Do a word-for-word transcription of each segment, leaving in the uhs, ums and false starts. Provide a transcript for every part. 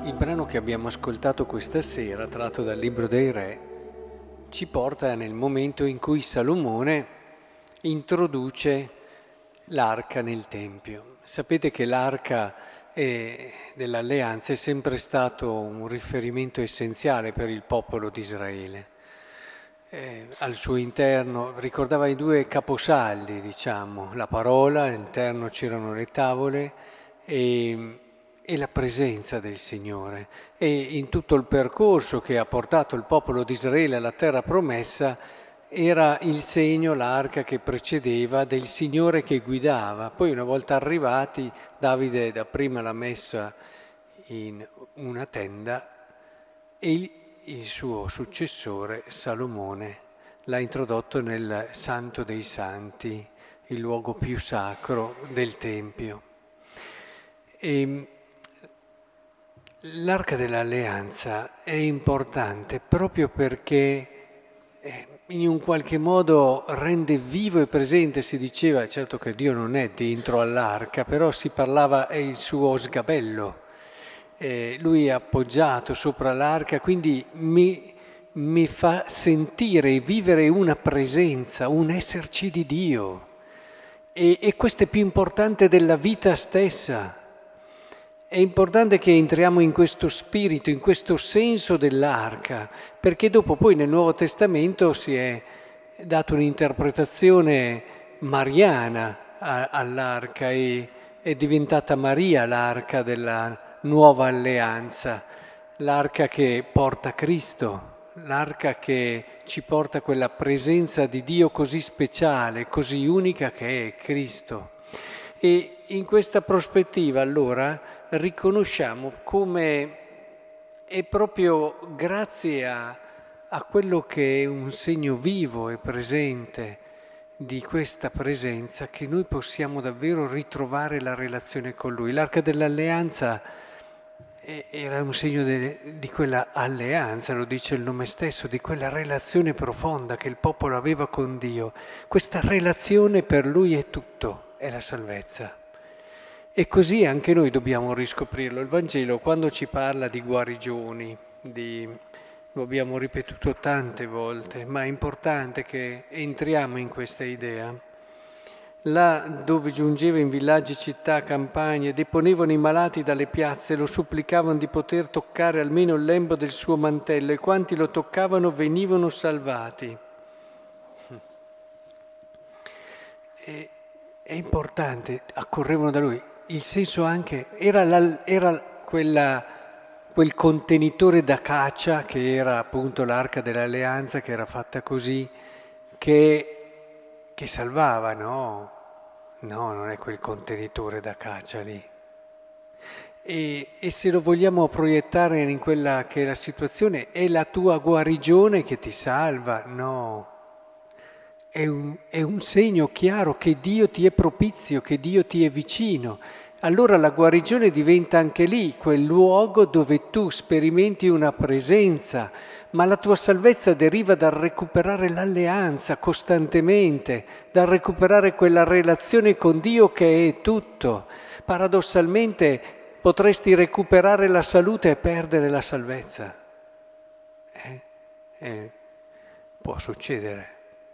Il brano che abbiamo ascoltato questa sera, tratto dal Libro dei Re, ci porta nel momento in cui Salomone introduce l'arca nel Tempio. Sapete che l'arca è, dell'alleanza è sempre stato un riferimento essenziale per il popolo di Israele. Eh, al suo interno ricordava i due caposaldi, diciamo, la parola, all'interno c'erano le tavole e, e la presenza del Signore. E in tutto il percorso che ha portato il popolo di Israele alla terra promessa era il segno, l'arca che precedeva, del Signore che guidava. Poi una volta arrivati, Davide dapprima l'ha messa in una tenda e il il suo successore, Salomone, l'ha introdotto nel Santo dei Santi, il luogo più sacro del Tempio. E l'Arca dell'Alleanza è importante proprio perché in un qualche modo rende vivo e presente, si diceva, certo che Dio non è dentro all'arca, però si parlava, è il suo sgabello. Eh, lui è appoggiato sopra l'arca, quindi mi, mi fa sentire e vivere una presenza, un esserci di Dio. E, e questo è più importante della vita stessa. È importante che entriamo in questo spirito, in questo senso dell'arca, perché dopo poi nel Nuovo Testamento si è data un'interpretazione mariana a, all'arca e è diventata Maria l'arca della nuova alleanza, l'arca che porta Cristo, l'arca che ci porta quella presenza di Dio così speciale, così unica che è Cristo. E in questa prospettiva allora riconosciamo come è proprio grazie a, a quello che è un segno vivo e presente di questa presenza che noi possiamo davvero ritrovare la relazione con Lui. L'Arca dell'Alleanza era un segno de, di quella alleanza, lo dice il nome stesso, di quella relazione profonda che il popolo aveva con Dio. Questa relazione per Lui è tutto, è la salvezza. E così anche noi dobbiamo riscoprirlo. Il Vangelo quando ci parla di guarigioni, di, lo abbiamo ripetuto tante volte, ma è importante che entriamo in questa idea. Là dove giungeva in villaggi, città, campagne, deponevano i malati dalle piazze, lo supplicavano di poter toccare almeno il lembo del suo mantello e quanti lo toccavano venivano salvati. E, è importante, accorrevano da lui. Il senso anche, era, la, era quella, quel contenitore d'acacia che era appunto l'arca dell'alleanza, che era fatta così, che, che salvava, no? No, non è quel contenitore d'acacia lì. E, e se lo vogliamo proiettare in quella che è la situazione, è la tua guarigione che ti salva? No. È un, è un segno chiaro che Dio ti è propizio, che Dio ti è vicino. Allora la guarigione diventa anche lì, quel luogo dove tu sperimenti una presenza, ma la tua salvezza deriva dal recuperare l'alleanza costantemente, dal recuperare quella relazione con Dio che è tutto. Paradossalmente potresti recuperare la salute e perdere la salvezza. Eh? Eh, può succedere.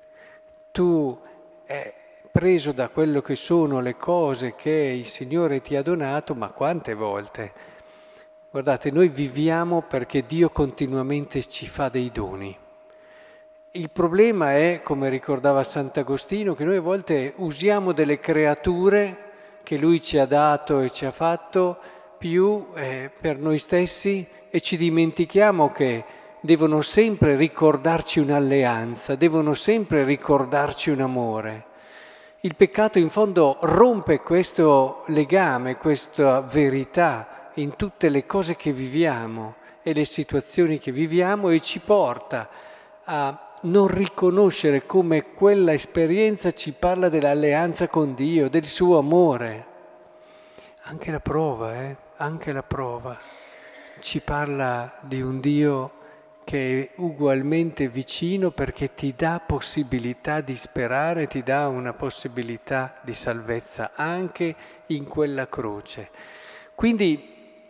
Tu, eh, preso da quello che sono le cose che il Signore ti ha donato, ma quante volte? Guardate, noi viviamo perché Dio continuamente ci fa dei doni. Il problema è, come ricordava Sant'Agostino, che noi a volte usiamo delle creature che Lui ci ha dato e ci ha fatto più eh, per noi stessi e ci dimentichiamo che devono sempre ricordarci un'alleanza, devono sempre ricordarci un amore. Il peccato in fondo rompe questo legame, questa verità in tutte le cose che viviamo e le situazioni che viviamo e ci porta a non riconoscere come quella esperienza ci parla dell'alleanza con Dio, del suo amore. Anche la prova, eh? Anche la prova ci parla di un Dio che è ugualmente vicino perché ti dà possibilità di sperare, ti dà una possibilità di salvezza anche in quella croce. Quindi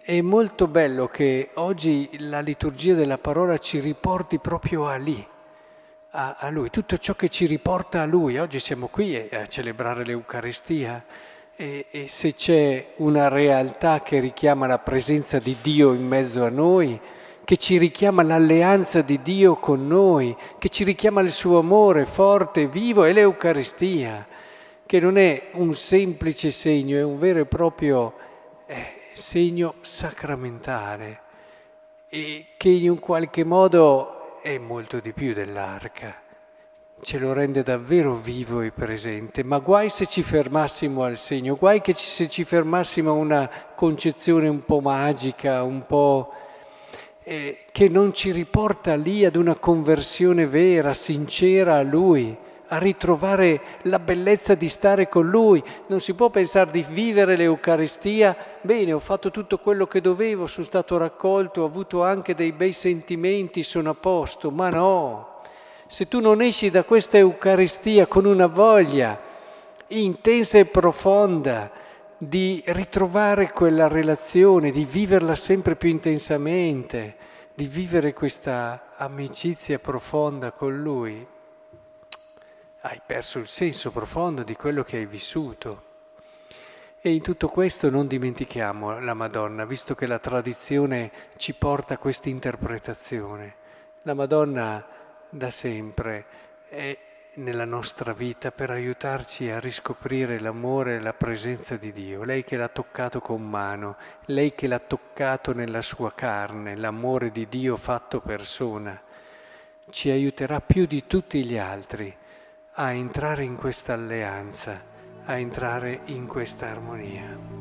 è molto bello che oggi la liturgia della parola ci riporti proprio a lì, a, a Lui, tutto ciò che ci riporta a Lui. Oggi siamo qui a celebrare l'Eucaristia e, e se c'è una realtà che richiama la presenza di Dio in mezzo a noi, che ci richiama l'alleanza di Dio con noi, che ci richiama il suo amore forte e vivo, è l'Eucaristia, che non è un semplice segno, è un vero e proprio eh, segno sacramentale e che in un qualche modo è molto di più dell'arca, ce lo rende davvero vivo e presente, ma guai se ci fermassimo al segno, guai che ci, se ci fermassimo a una concezione un po' magica, un po' eh, che non ci riporta lì ad una conversione vera, sincera a Lui, a ritrovare la bellezza di stare con Lui. Non si può pensare di vivere l'Eucaristia, bene, ho fatto tutto quello che dovevo, sono stato raccolto, ho avuto anche dei bei sentimenti, sono a posto, ma no. Se tu non esci da questa Eucaristia con una voglia intensa e profonda di ritrovare quella relazione, di viverla sempre più intensamente, di vivere questa amicizia profonda con Lui, hai perso il senso profondo di quello che hai vissuto. E in tutto questo non dimentichiamo la Madonna, visto che la tradizione ci porta a questa interpretazione. La Madonna da sempre è nella nostra vita per aiutarci a riscoprire l'amore e la presenza di Dio. Lei che l'ha toccato con mano, lei che l'ha toccato nella sua carne, l'amore di Dio fatto persona, ci aiuterà più di tutti gli altri a entrare in questa alleanza, a entrare in questa armonia.